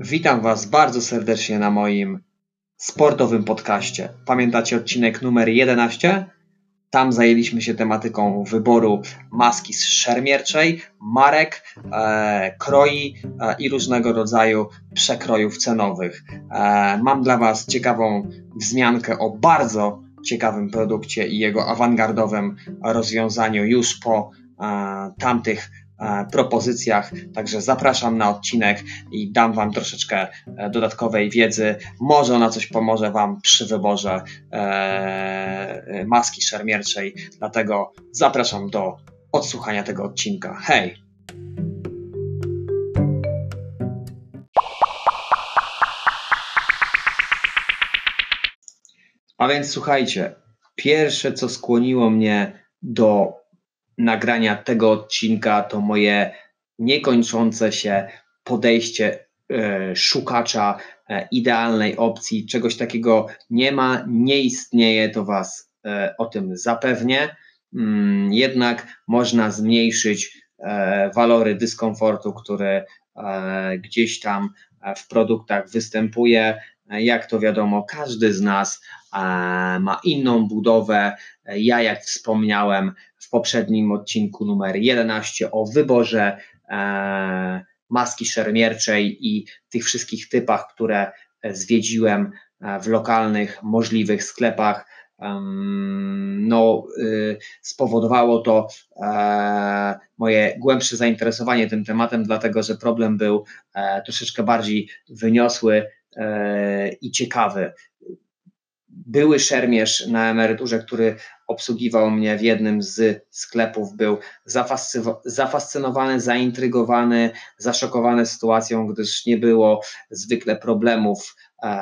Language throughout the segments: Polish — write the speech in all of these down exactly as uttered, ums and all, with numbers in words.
Witam Was bardzo serdecznie na moim sportowym podcaście. Pamiętacie odcinek numer jedenaście? Tam zajęliśmy się tematyką wyboru maski szermierczej, marek, e, kroi e, i różnego rodzaju przekrojów cenowych. E, mam dla Was ciekawą wzmiankę o bardzo ciekawym produkcie i jego awangardowym rozwiązaniu już po e, tamtych propozycjach, także zapraszam na odcinek i dam Wam troszeczkę dodatkowej wiedzy, może ona coś pomoże Wam przy wyborze e, maski szermierczej, dlatego zapraszam do odsłuchania tego odcinka. Hej! A więc słuchajcie, pierwsze co skłoniło mnie do nagrania tego odcinka to moje niekończące się podejście e, szukacza e, idealnej opcji. Czegoś takiego nie ma, nie istnieje, to Was e, o tym zapewnię. Mm, jednak można zmniejszyć e, walory dyskomfortu, który e, gdzieś tam w produktach występuje. Jak to wiadomo, każdy z nas e, ma inną budowę. Ja, jak wspomniałem w poprzednim odcinku numer jedenaście o wyborze e, maski szermierczej i tych wszystkich typach, które zwiedziłem w lokalnych, możliwych sklepach, no, y, spowodowało to e, moje głębsze zainteresowanie tym tematem, dlatego że problem był e, troszeczkę bardziej wyniosły e, i ciekawy. Były szermierz na emeryturze, który obsługiwał mnie w jednym z sklepów, był zafascynowany, zaintrygowany, zaszokowany sytuacją, gdyż nie było zwykle problemów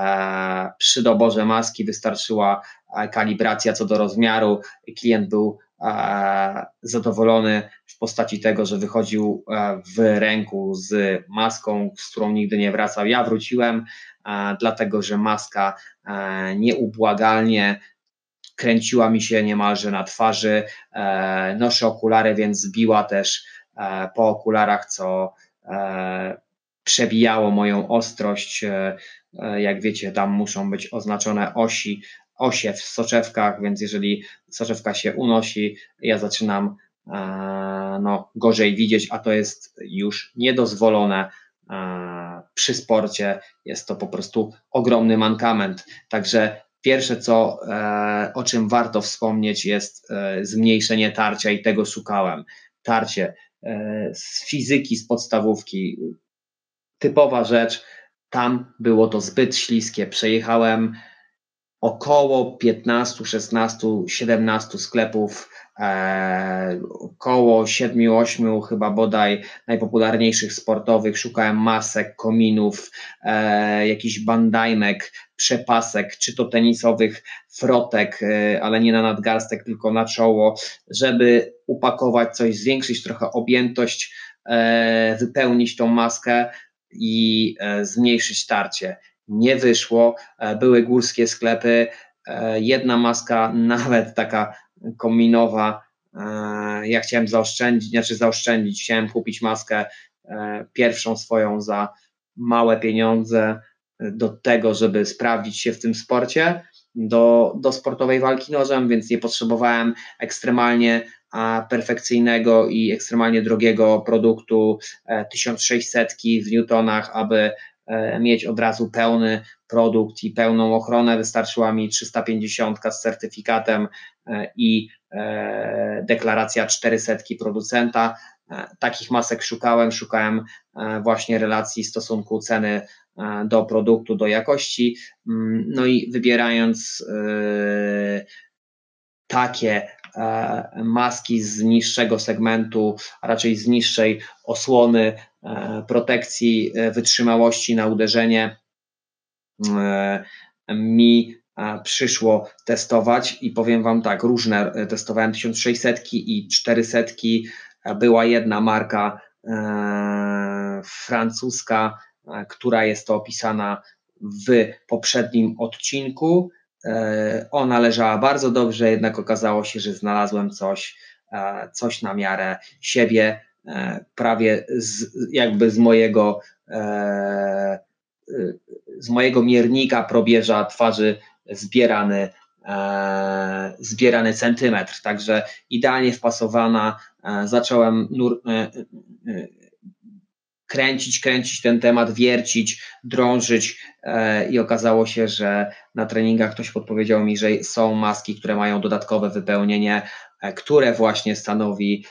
e, przy doborze maski, wystarczyła kalibracja co do rozmiaru, klient był e, zadowolony w postaci tego, że wychodził e, w ręku z maską, z którą nigdy nie wracał. Ja wróciłem, e, dlatego że maska e, nieubłagalnie kręciła mi się niemalże na twarzy. E, noszę okulary, więc zbiła też e, po okularach, co e, przebijało moją ostrość. E, jak wiecie, tam muszą być oznaczone osi, osie w soczewkach, więc jeżeli soczewka się unosi, ja zaczynam e, no, gorzej widzieć, a to jest już niedozwolone e, przy sporcie. Jest to po prostu ogromny mankament. Także pierwsze, co, e, o czym warto wspomnieć, jest e, zmniejszenie tarcia i tego szukałem. Tarcie e, z fizyki, z podstawówki, typowa rzecz, tam było to zbyt śliskie. Przejechałem około piętnaście, szesnaście, siedemnaście sklepów, e, około siedem, osiem chyba bodaj najpopularniejszych sportowych. Szukałem masek, kominów, e, jakichś bandajmek, przepasek, czy to tenisowych, frotek, e, ale nie na nadgarstek, tylko na czoło, żeby upakować coś, zwiększyć trochę objętość, e, wypełnić tą maskę i e, zmniejszyć tarcie. Nie wyszło, były górskie sklepy, jedna maska, nawet taka kominowa, ja chciałem zaoszczędzić, znaczy zaoszczędzić, chciałem kupić maskę pierwszą swoją za małe pieniądze do tego, żeby sprawdzić się w tym sporcie, do, do sportowej walki nożem, więc nie potrzebowałem ekstremalnie perfekcyjnego i ekstremalnie drogiego produktu tysiąc sześćset w newtonach, aby mieć od razu pełny produkt i pełną ochronę. Wystarczyła mi trzysta pięćdziesiąt z certyfikatem i deklaracja czterysta producenta. Takich masek szukałem, szukałem właśnie relacji stosunku ceny do produktu, do jakości, no i wybierając takie maski z niższego segmentu, a raczej z niższej osłony, protekcji, wytrzymałości na uderzenie, mi przyszło testować i powiem Wam tak, różne testowałem, tysiąc sześćset i czterysta. Była jedna marka francuska, która jest to opisana w poprzednim odcinku. Ona leżała bardzo dobrze, jednak okazało się, że znalazłem coś, coś na miarę siebie, prawie z, jakby z mojego z mojego miernika probierza twarzy zbierany, zbierany centymetr, także idealnie wpasowana. Zacząłem nur, kręcić, kręcić ten temat, wiercić, drążyć i okazało się, że na treningach ktoś podpowiedział mi, że są maski, które mają dodatkowe wypełnienie, które właśnie stanowi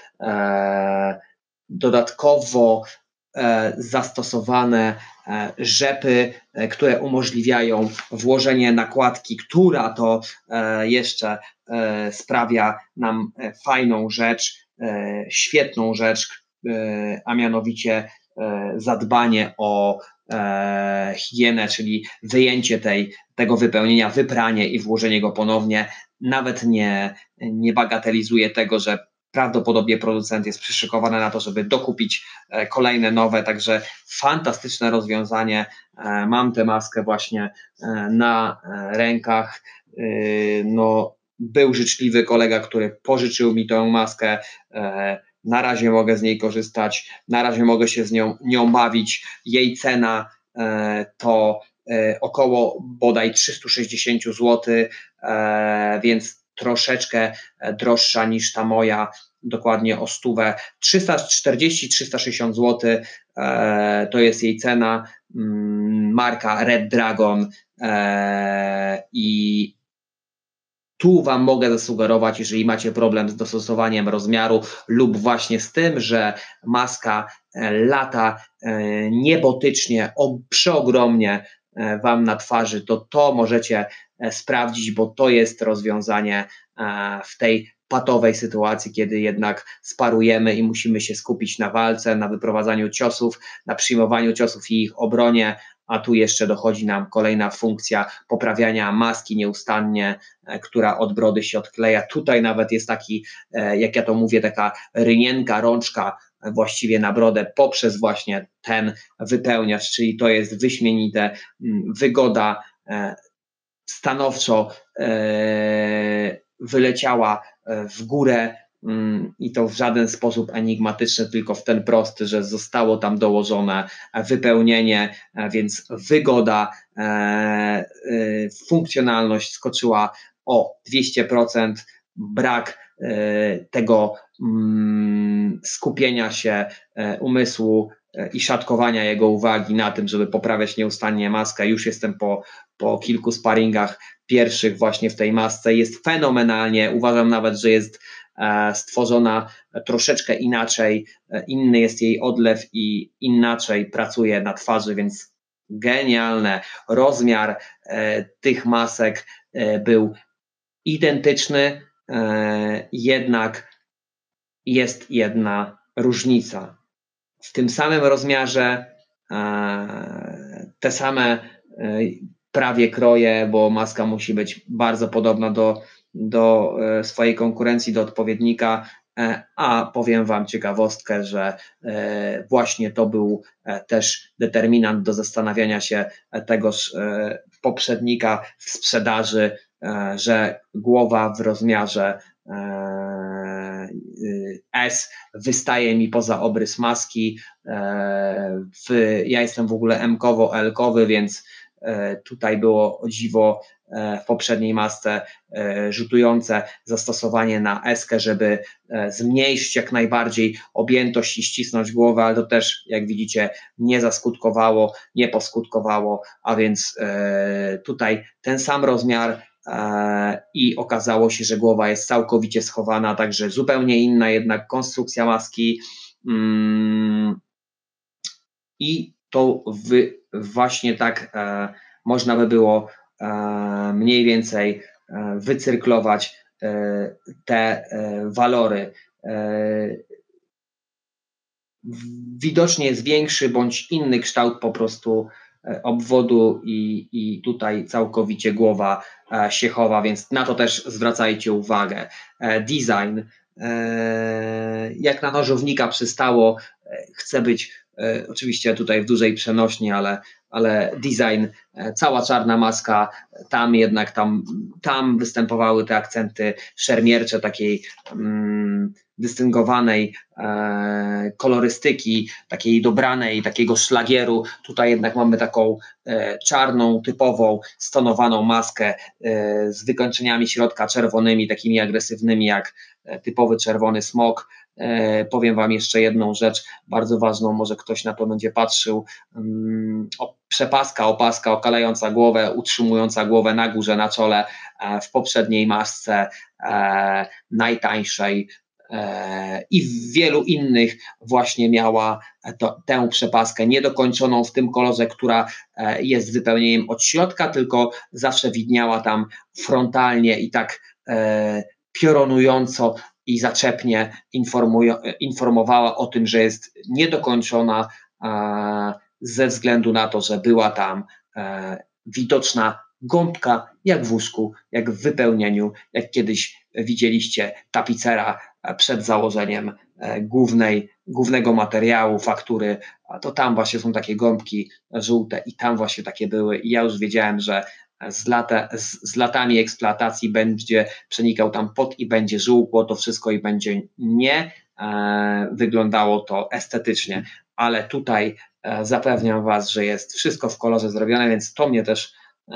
dodatkowo zastosowane rzepy, które umożliwiają włożenie nakładki, która to jeszcze sprawia nam fajną rzecz, świetną rzecz, a mianowicie zadbanie o higienę, czyli wyjęcie tej, tego wypełnienia, wypranie i włożenie go ponownie. Nawet nie, nie bagatelizuję tego, że prawdopodobnie producent jest przyszykowany na to, żeby dokupić kolejne nowe, także fantastyczne rozwiązanie. Mam tę maskę właśnie na rękach. No, był życzliwy kolega, który pożyczył mi tę maskę. Na razie mogę z niej korzystać, na razie mogę się z nią, nią bawić. Jej cena to około bodaj trzysta sześćdziesiąt złotych, więc troszeczkę droższa niż ta moja, dokładnie o stówę. trzysta czterdzieści do trzystu sześćdziesięciu złotych to jest jej cena, marka Red Dragon i tu Wam mogę zasugerować, jeżeli macie problem z dostosowaniem rozmiaru lub właśnie z tym, że maska lata niebotycznie, przeogromnie Wam na twarzy, to to możecie sprawdzić, bo to jest rozwiązanie w tej patowej sytuacji, kiedy jednak sparujemy i musimy się skupić na walce, na wyprowadzaniu ciosów, na przyjmowaniu ciosów i ich obronie, a tu jeszcze dochodzi nam kolejna funkcja poprawiania maski nieustannie, która od brody się odkleja. Tutaj nawet jest taki, jak ja to mówię, taka rynienka, rączka właściwie na brodę poprzez właśnie ten wypełniacz, czyli to jest wyśmienite, wygoda stanowczo wyleciała w górę i to w żaden sposób enigmatyczny, tylko w ten prosty, że zostało tam dołożone wypełnienie, więc wygoda, funkcjonalność skoczyła o dwieście procent, brak tego skupienia się umysłu i szatkowania jego uwagi na tym, żeby poprawiać nieustannie maskę. Już jestem po, po kilku sparingach pierwszych właśnie w tej masce. Jest fenomenalnie. Uważam nawet, że jest stworzona troszeczkę inaczej. Inny jest jej odlew i inaczej pracuje na twarzy, więc genialne. Rozmiar tych masek był identyczny, jednak jest jedna różnica. W tym samym rozmiarze te same prawie kroje, bo maska musi być bardzo podobna do, do swojej konkurencji, do odpowiednika, a powiem Wam ciekawostkę, że właśnie to był też determinant do zastanawiania się tegoż poprzednika w sprzedaży, że głowa w rozmiarze S wystaje mi poza obrys maski. W, ja jestem w ogóle M-kowo, L-kowy, więc tutaj było o dziwo w poprzedniej masce rzutujące zastosowanie na S-kę, żeby zmniejszyć jak najbardziej objętość i ścisnąć głowę, ale to też, jak widzicie, nie zaskutkowało, nie poskutkowało, a więc tutaj ten sam rozmiar i okazało się, że głowa jest całkowicie schowana, także zupełnie inna jednak konstrukcja maski i to wy, właśnie tak można by było mniej więcej wycyrklować te walory. Widocznie jest większy bądź inny kształt po prostu obwodu i, i tutaj całkowicie głowa się chowa, więc na to też zwracajcie uwagę. Design, jak na nożownika przystało, chce być oczywiście tutaj w dużej przenośni, ale ale design, cała czarna maska, tam jednak tam, tam występowały te akcenty szermiercze takiej mm, dystyngowanej e, kolorystyki, takiej dobranej, takiego szlagieru. Tutaj jednak mamy taką e, czarną, typową, stonowaną maskę e, z wykończeniami środka czerwonymi, takimi agresywnymi jak e, typowy czerwony smok. E, powiem Wam jeszcze jedną rzecz bardzo ważną, może ktoś na to będzie patrzył. Um, o, przepaska, opaska okalająca głowę, utrzymująca głowę na górze, na czole e, w poprzedniej masce e, najtańszej e, i w wielu innych właśnie miała to, tę przepaskę niedokończoną w tym kolorze, która e, jest wypełnieniem od środka, tylko zawsze widniała tam frontalnie i tak e, piorunująco i zaczepnie informowała o tym, że jest niedokończona e, ze względu na to, że była tam e, widoczna gąbka jak w łóżku, jak w wypełnieniu, jak kiedyś widzieliście tapicera przed założeniem e, głównej, głównego materiału, faktury, to tam właśnie są takie gąbki żółte i tam właśnie takie były i ja już wiedziałem, że Z, lata, z, z latami eksploatacji będzie przenikał tam pot i będzie żółkło to wszystko i będzie nie e, wyglądało to estetycznie, ale tutaj e, zapewniam Was, że jest wszystko w kolorze zrobione, więc to mnie też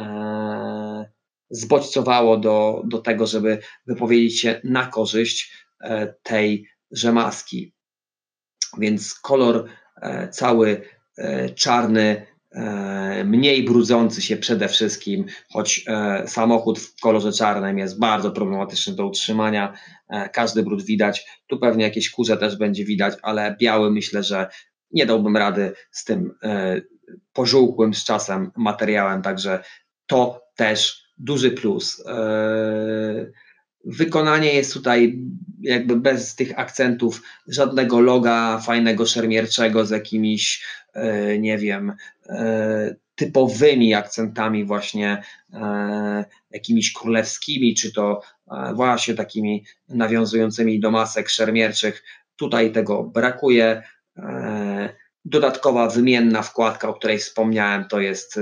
e, zbodźcowało do, do tego, żeby wypowiedzieć się na korzyść e, tejże maski. Więc kolor e, cały e, czarny, mniej brudzący się przede wszystkim, choć e, samochód w kolorze czarnym jest bardzo problematyczny do utrzymania, e, każdy brud widać, tu pewnie jakieś kurze też będzie widać, ale biały myślę, że nie dałbym rady z tym e, pożółkłym z czasem materiałem, także to też duży plus. E, Wykonanie jest tutaj jakby bez tych akcentów, żadnego loga fajnego, szermierczego z jakimiś, e, nie wiem, e, typowymi akcentami właśnie e, jakimiś królewskimi, czy to e, właśnie takimi nawiązującymi do masek szermierczych. Tutaj tego brakuje. E, dodatkowa wymienna wkładka, o której wspomniałem, to jest e,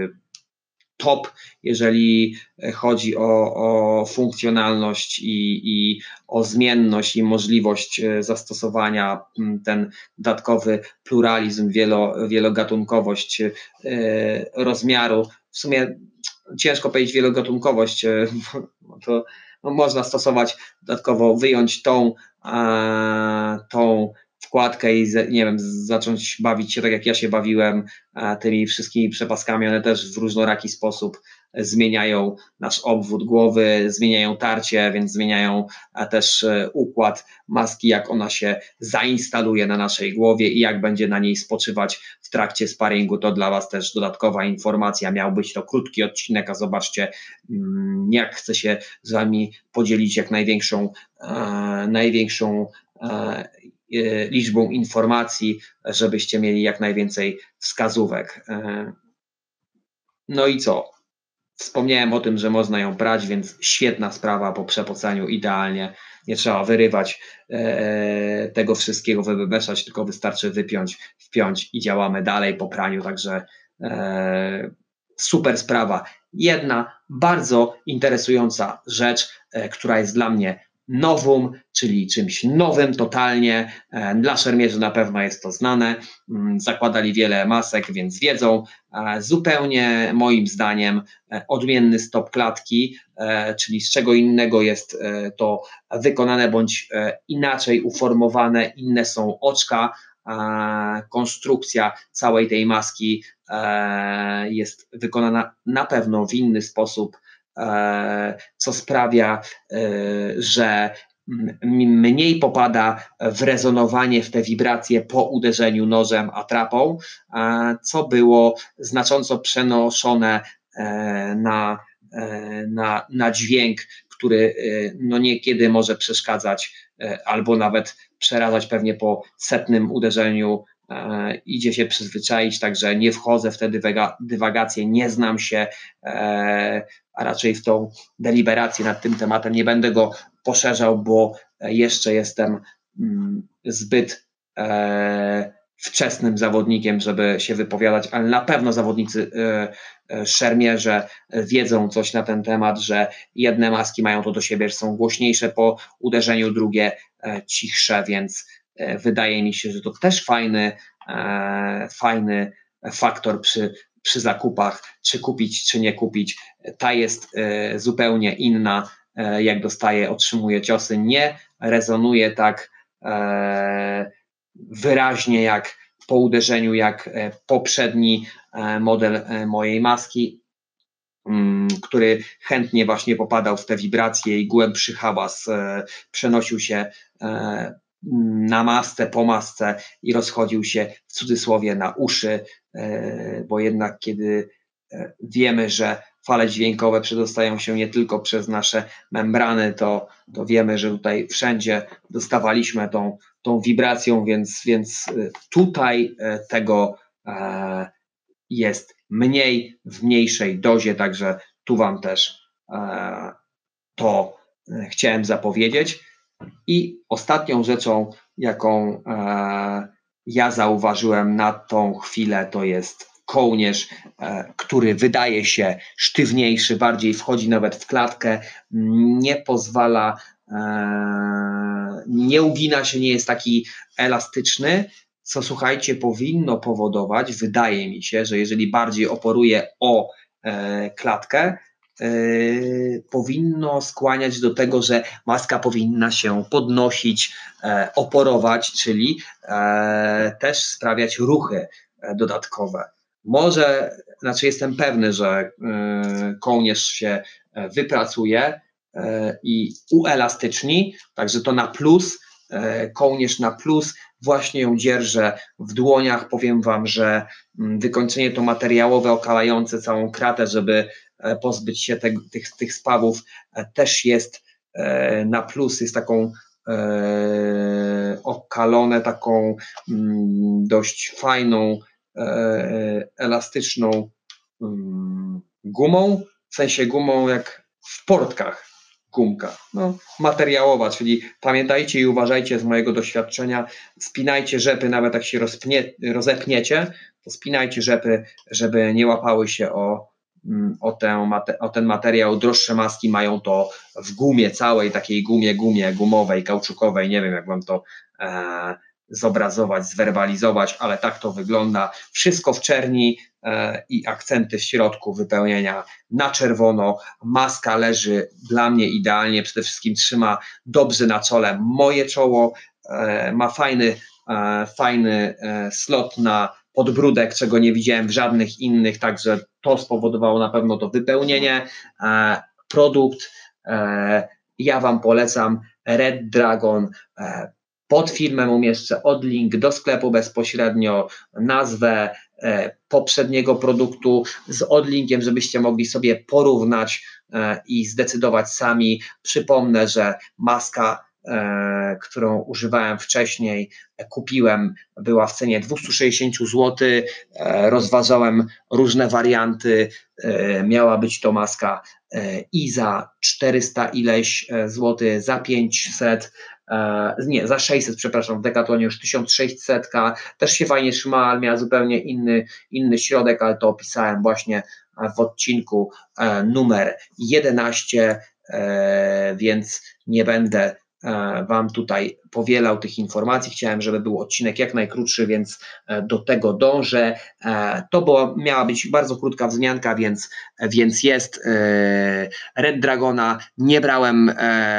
top, jeżeli chodzi o, o funkcjonalność i, i o zmienność i możliwość zastosowania, ten dodatkowy pluralizm, wielo, wielogatunkowość e, rozmiaru. W sumie ciężko powiedzieć wielogatunkowość, bo to no, można stosować dodatkowo, wyjąć tą, a, tą wkładkę i nie wiem, zacząć bawić się tak jak ja się bawiłem tymi wszystkimi przepaskami, one też w różnoraki sposób zmieniają nasz obwód głowy, zmieniają tarcie, więc zmieniają też układ maski, jak ona się zainstaluje na naszej głowie i jak będzie na niej spoczywać w trakcie sparingu. To dla Was też dodatkowa informacja, miał być to krótki odcinek, a zobaczcie, jak chcę się z Wami podzielić jak największą, największą liczbą informacji, żebyście mieli jak najwięcej wskazówek. No i co? Wspomniałem o tym, że można ją prać, więc świetna sprawa po przepoceniu, idealnie. Nie trzeba wyrywać e, tego wszystkiego, wybeszać, tylko wystarczy wypiąć, wpiąć i działamy dalej po praniu, także e, super sprawa. Jedna bardzo interesująca rzecz, e, która jest dla mnie nowum, czyli czymś nowym totalnie. Dla szermierzy na pewno jest to znane. Zakładali wiele masek, więc wiedzą. Zupełnie moim zdaniem odmienny stop klatki, czyli z czego innego jest to wykonane bądź inaczej uformowane, inne są oczka. Konstrukcja całej tej maski jest wykonana na pewno w inny sposób, co sprawia, że mniej popada w rezonowanie, w te wibracje po uderzeniu nożem, atrapą, co było znacząco przenoszone na, na, na dźwięk, który no niekiedy może przeszkadzać albo nawet przerażać. Pewnie po setnym uderzeniu e, idzie się przyzwyczaić, także nie wchodzę w te dywega, dywagacje, nie znam się, e, a raczej w tą deliberację nad tym tematem nie będę go poszerzał, bo jeszcze jestem mm, zbyt e, wczesnym zawodnikiem, żeby się wypowiadać, ale na pewno zawodnicy szermierze wiedzą coś na ten temat, że jedne maski mają to do siebie, że są głośniejsze po uderzeniu, drugie cichsze, więc wydaje mi się, że to też fajny, fajny faktor przy, przy zakupach, czy kupić, czy nie kupić. Ta jest zupełnie inna, jak dostaje, otrzymuje ciosy, nie rezonuje tak wyraźnie jak po uderzeniu, jak poprzedni model mojej maski, który chętnie właśnie popadał w te wibracje i głębszy hałas przenosił się na masce, po masce i rozchodził się w cudzysłowie na uszy, bo jednak kiedy wiemy, że fale dźwiękowe przedostają się nie tylko przez nasze membrany, to, to wiemy, że tutaj wszędzie dostawaliśmy tą, tą wibracją, więc, więc tutaj tego jest mniej, w mniejszej dozie, także tu Wam też to chciałem zapowiedzieć. I ostatnią rzeczą, jaką ja zauważyłem na tą chwilę, to jest kołnierz, który wydaje się sztywniejszy, bardziej wchodzi nawet w klatkę, nie pozwala, nie ugina się, nie jest taki elastyczny, co słuchajcie, powinno powodować, wydaje mi się, że jeżeli bardziej operuje o klatkę, Yy, powinno skłaniać do tego, że maska powinna się podnosić, e, oporować, czyli e, też sprawiać ruchy e, dodatkowe. Może, znaczy jestem pewny, że e, kołnierz się wypracuje e, i uelastyczni, także to na plus, e, kołnierz na plus, właśnie ją dzierżę w dłoniach. Powiem Wam, że wykończenie to materiałowe okalające całą kratę, żeby pozbyć się te, tych, tych spawów, też jest na plus, jest taką e, okalone, taką mm, dość fajną, e, elastyczną mm, gumą, w sensie gumą jak w portkach gumka, no, materiałowa, czyli pamiętajcie i uważajcie z mojego doświadczenia, spinajcie rzepy, nawet jak się rozpnie, rozepniecie, to spinajcie rzepy, żeby nie łapały się o O, tę, o ten materiał. Droższe maski mają to w gumie, całej takiej gumie, gumie gumowej, kauczukowej, nie wiem jak wam to e, zobrazować, zwerbalizować, ale tak to wygląda. Wszystko w czerni e, i akcenty w środku wypełnienia na czerwono. Maska leży dla mnie idealnie, przede wszystkim trzyma dobrze na czole moje czoło, e, ma fajny, e, fajny e, slot na podbródek, czego nie widziałem w żadnych innych, także to spowodowało na pewno to wypełnienie. E, produkt e, ja Wam polecam, Red Dragon. E, pod filmem umieszczę odlink do sklepu bezpośrednio, nazwę e, poprzedniego produktu z odlinkiem, żebyście mogli sobie porównać e, i zdecydować sami. Przypomnę, że maska, E, którą używałem wcześniej, kupiłem, była w cenie dwieście sześćdziesiąt złotych, e, rozważałem różne warianty, e, miała być to maska e, i za czterysta ileś złotych, za pięćset, e, nie, za sześćset, przepraszam, w Decathlonie już tysiąc sześćset, też się fajnie trzymała, ale miała zupełnie inny, inny środek, ale to opisałem właśnie w odcinku e, numer jedenaście, e, więc nie będę Wam tutaj powielał tych informacji. Chciałem, żeby był odcinek jak najkrótszy, więc do tego dążę. To była, miała być bardzo krótka wzmianka, więc, więc jest. Red Dragona nie brałem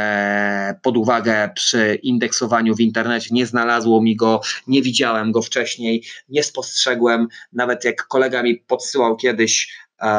pod uwagę przy indeksowaniu w internecie, nie znalazło mi go, nie widziałem go wcześniej, nie spostrzegłem, nawet jak kolega mi podsyłał kiedyś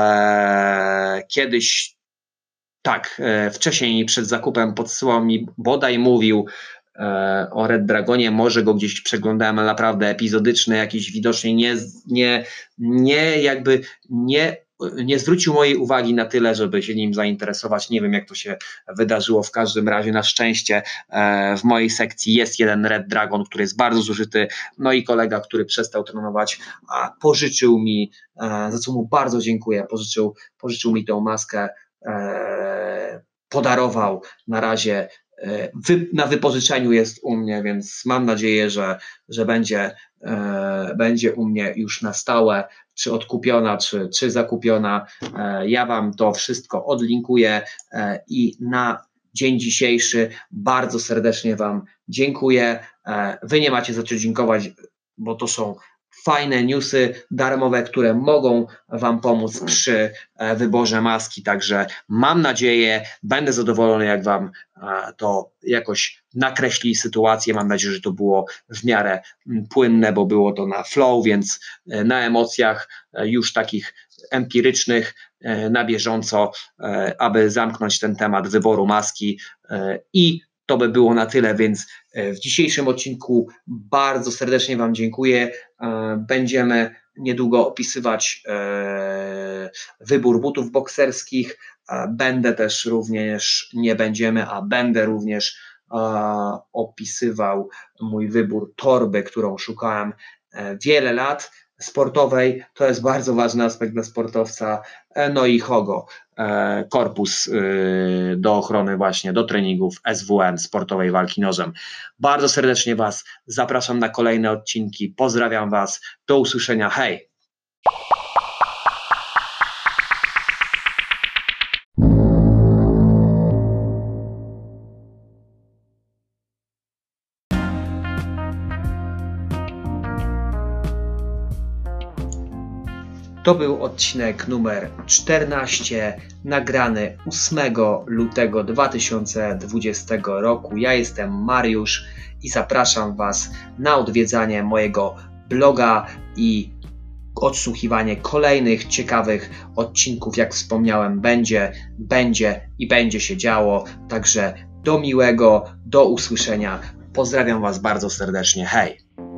kiedyś Tak, e, wcześniej przed zakupem podsyłał mi, bodaj mówił e, o Red Dragonie, może go gdzieś przeglądałem, ale naprawdę epizodyczny, jakiś widocznie nie, nie, nie jakby nie, nie zwrócił mojej uwagi na tyle, żeby się nim zainteresować. Nie wiem jak to się wydarzyło, w każdym razie na szczęście e, w mojej sekcji jest jeden Red Dragon, który jest bardzo zużyty, no i kolega, który przestał trenować, a pożyczył mi, e, za co mu bardzo dziękuję, pożyczył, pożyczył mi tą maskę, podarował na razie wy, na wypożyczeniu jest u mnie, więc mam nadzieję, że, że będzie, e, będzie u mnie już na stałe, czy odkupiona, czy, czy zakupiona. E, ja Wam to wszystko odlinkuję e, i na dzień dzisiejszy bardzo serdecznie Wam dziękuję. E, wy nie macie za co dziękować, bo to są fajne newsy darmowe, które mogą Wam pomóc przy wyborze maski, także mam nadzieję, będę zadowolony, jak Wam to jakoś nakreśli sytuację. Mam nadzieję, że to było w miarę płynne, bo było to na flow, więc na emocjach już takich empirycznych, na bieżąco, aby zamknąć ten temat wyboru maski i to by było na tyle, więc w dzisiejszym odcinku bardzo serdecznie Wam dziękuję. Będziemy niedługo opisywać wybór butów bokserskich. Będę też również, nie będziemy, a będę również opisywał mój wybór torby, którą szukałem wiele lat, sportowej. To jest bardzo ważny aspekt dla sportowca. No i Hogo, korpus do ochrony właśnie, do treningów S W N, sportowej walki nożem. Bardzo serdecznie Was zapraszam na kolejne odcinki. Pozdrawiam Was. Do usłyszenia. Hej! To był odcinek numer czternaście, nagrany ósmego lutego dwa tysiące dwudziestego roku. Ja jestem Mariusz i zapraszam Was na odwiedzanie mojego bloga i odsłuchiwanie kolejnych ciekawych odcinków. Jak wspomniałem, będzie, będzie i będzie się działo. Także do miłego, do usłyszenia. Pozdrawiam Was bardzo serdecznie. Hej!